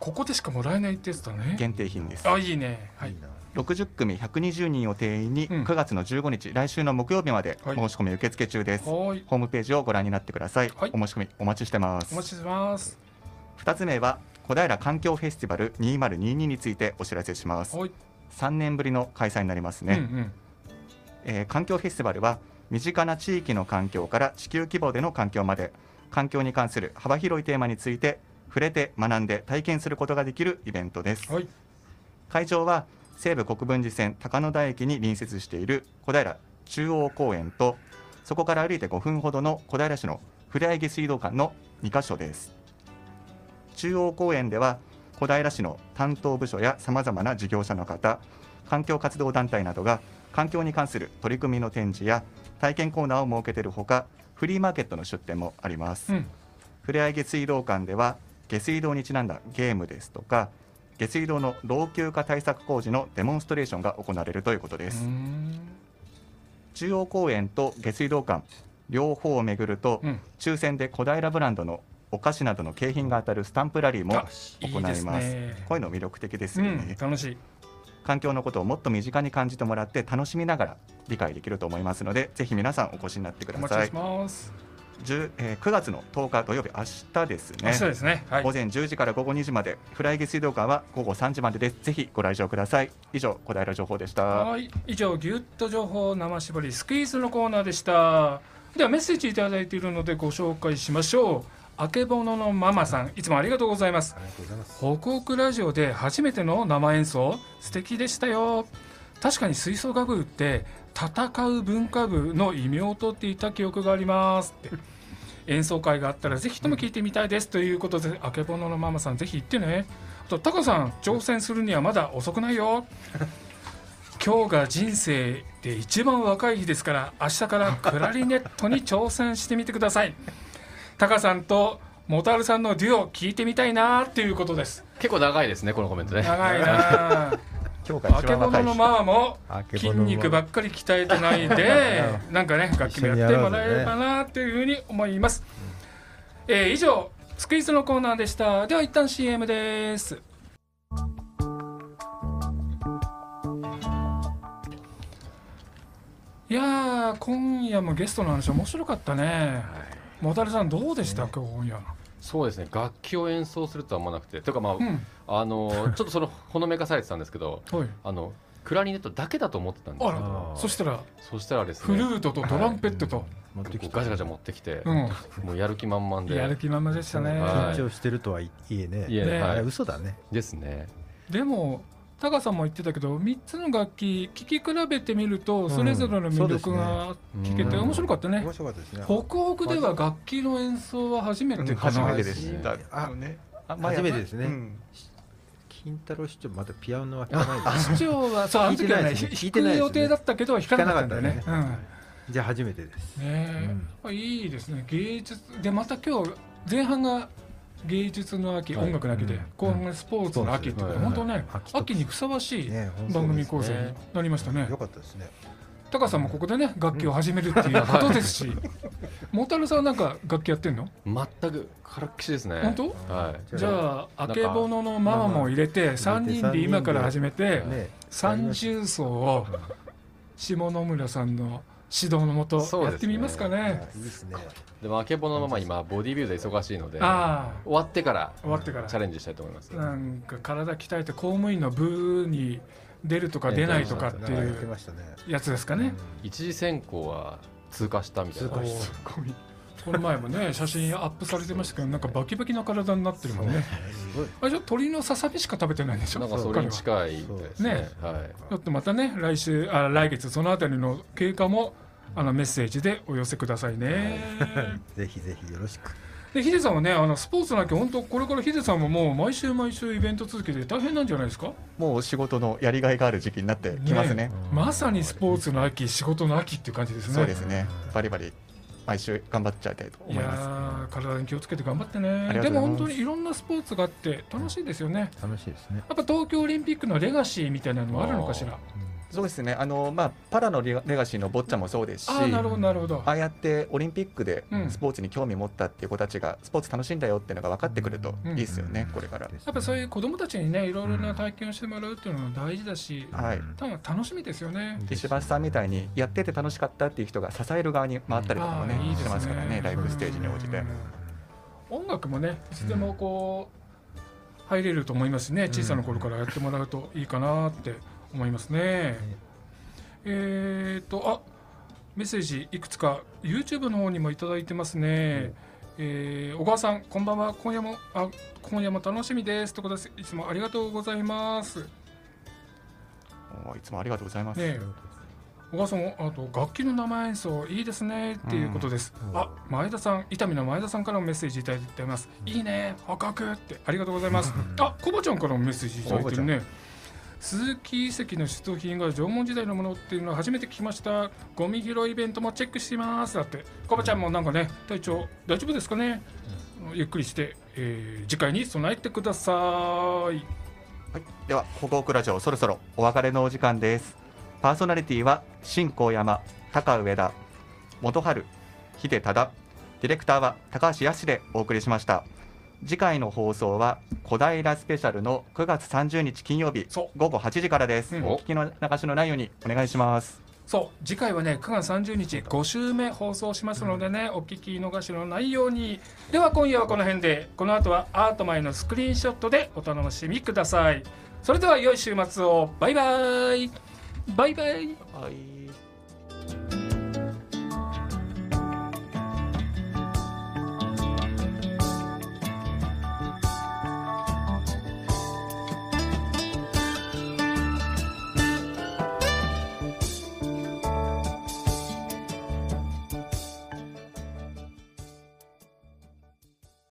ここでしかもらえないってやつだね。 限定品です。 あ、いいね。はい。 ろくじゅっくみひゃくにじゅうにんを定員にくがつのじゅうごにち、うん、来週の木曜日まで申し込み受付中です、はい、ホームページをご覧になってください、はい、お申し込みお待ちしてます。 お待ちしてます。 ふたつめは小平環境フェスティバルにせんにじゅうにについてお知らせします、はい、さんねんぶりの開催になりますね、うんうんえー、環境フェスティバルは身近な地域の環境から地球規模での環境まで環境に関する幅広いテーマについて触れて学んで体験することができるイベントです、はい、会場は西武国分寺線高野田駅に隣接している小平中央公園とそこから歩いてごふんほどの小平市のふれあい下水道管のにかしょです。中央公園では小平市の担当部署やさまざまな事業者の方、環境活動団体などが環境に関する取り組みの展示や体験コーナーを設けているほか、フリーマーケットの出店もあります、うん、ふれあい下水道管では下水道にちなんだゲームですとか下水道の老朽化対策工事のデモンストレーションが行われるということです。中央公園と下水道管両方を巡ると、うん、抽選で小平ブランドのお菓子などの景品が当たるスタンプラリーも行います。いいね、こういうの魅力的ですよね、 うん、楽しい。 環境のことをもっと身近に感じてもらって楽しみながら理解できると思いますので、ぜひ皆さんお越しになってください。 お待ちします。 えー、くがつのとおか土曜日、明日ですね。 明日ですね、はい、 午前じゅうじから午後にじまで、フライ下水道管は午後さんじまでです。ぜひご来場ください。以上、小平情報でした。 はい、以上ギュッと情報生絞りスクイーズのコーナーでした。ではメッセージいただいているのでご紹介しましょう。あけぼののママさん、いつもありがとうございます。北北ラジオで初めての生演奏素敵でしたよ。確かに吹奏楽部って戦う文化部の異名を取っていた記憶がありますって演奏会があったらぜひとも聞いてみたいですということで、あけぼののママさんぜひ行ってね。あとタカさん、挑戦するにはまだ遅くないよ今日が人生で一番若い日ですから、明日からクラリネットに挑戦してみてくださいタカさんとモタルさんのデュオ聞いてみたいなっていうことです。 結構長いですね、このコメントね。 長いな今日があけぼののママも筋肉ばっかり鍛えてないでなんかね楽器もやってもらえればなというふうに思います、うんえー、以上スクイズのコーナーでした。では一旦 シーエム です。いやー今夜もゲストの話面白かったね、はい、モタルさんどうでした、ね、今夜。 そうですね、楽器を演奏するとは思わなくて、というかまあ、うん、あのちょっとそのほのめかされてたんですけど、はい、あのクラリネットだけだと思ってたんですけど、 そしたらそしたらですね、フルートとトランペットと、はい、 ガチャガチャ持ってきて、うん、もうやる気満々でやる気満々でしたね。 緊張してるとはいえね、いえね、はい、嘘だね。 ですね。 でもタカさんも言ってたけどみっつの楽器聴き比べてみるとそれぞれの魅力が聞けて面白かったね。 面白かったですね。 北北では楽器の演奏は初めてかな。 初めてでした。 初めてですね。金太郎市長まだピアノは弾かないです。 市長はそうあの時はね弾く予定だったけど弾かなかったんだよね。 じゃあ初めてです。 ねえ、いいですね。芸術でまた今日前半が芸術の秋、音楽の秋で後半がスポーツの秋っていうか本当ね秋にふさわしい番組構成になりましたね。 よかったですね。 タカさんもここでね楽器を始めるっていうことですし、モタルさんなんか楽器やってんの？ 全くからっきしですね。 本当？はい。じゃああけぼののママも入れてさんにんで今から始めて三重奏を下野村さんの指導のもとやってみますかね。 いいですね。 でもあけぼののまま今ボディビルで忙しいので、終わってから終わってからチャレンジしたいと思います。 なんか体鍛えて公務員の部に出るとか出ないとかっていうやつですかね。 一次選考は通過したみたいな。 この前もね写真アップされてましたけど、なんかバキバキな体になってるもんね。あれ鳥のささみしか食べてないでしょ。 なんかそれに近いですね。はい。 ちょっとまたね来週あ来月そのあたりの経過もあのメッセージでお寄せくださいね。 ぜひぜひよろしく。 でヒデさんはねあのスポーツなきゃ本当これからヒデさんももう毎週毎週イベント続けて大変なんじゃないですか。 もう仕事のやりがいがある時期になってきますね。 ねまさにスポーツの秋仕事の秋っていう感じですね。 そうですね。バリバリ毎週頑張っちゃいたいと思います。 いや体に気をつけて頑張ってね。でも本当にいろんなスポーツがあって楽しいですよね。 楽しいですね。 やっぱ東京オリンピックのレガシーみたいなのもあるのかしら。 そうですね、あの、まあ、パラのレガシーのボッチャもそうですし、 あなるほどなるほど、 ああやってオリンピックでスポーツに興味持ったっていう子たちがスポーツ楽しいんだよっていうのが分かってくるといいですよね、うん、これからやっぱそういう子どもたちにねいろいろな体験をしてもらうっていうのが大事だし、うん、はい、多分楽しみですよね。 石橋さんみたいにやってて楽しかったっていう人が支える側に回ったりとかもね、いいしてますからね、ライブステージに応じて、 うん、音楽もねいつでもこう入れると思いますしね、小さな頃からやってもらうといいかなって思いますね、うん、えーとあメッセージいくつか YouTube の方にもいただいてますね、うん、えー、小川さんこんばんは、今夜もあ今夜も楽しみですということでいつもありがとうございます。 いつもありがとうございます、 ね、小川さんあと楽器の生演奏いいですねっていうことです、うん、あ前田さん伊丹の前田さんからもメッセージいただいてます、うん、いいね破格ってありがとうございますあコバちゃんからもメッセージいただいてるね。鈴木遺跡の出土品が縄文時代のものっていうのは初めて聞きました。ゴミ拾いイベントもチェックしていますだって。コバちゃんもなんかね体調大丈夫ですかね、うん、ゆっくりして、えー、次回に備えてください。はい、 ではホクホクラジオそろそろお別れのお時間です。パーソナリティは新高山、高上田、元春、秀忠、ディレクターは高橋康でお送りしました。次回の放送は小平スペシャルのくがつさんじゅうにち金曜日ごごはちじからです、うん、お聞きの流しのないようにお願いします。 そう次回はねくがつさんじゅうにちご週目放送しますのでね、うん、お聞き逃しのないように。では今夜はこの辺で、この後はアートマイのスクリーンショットでお楽しみください。それでは良い週末を。バイバイバイバイ、バイ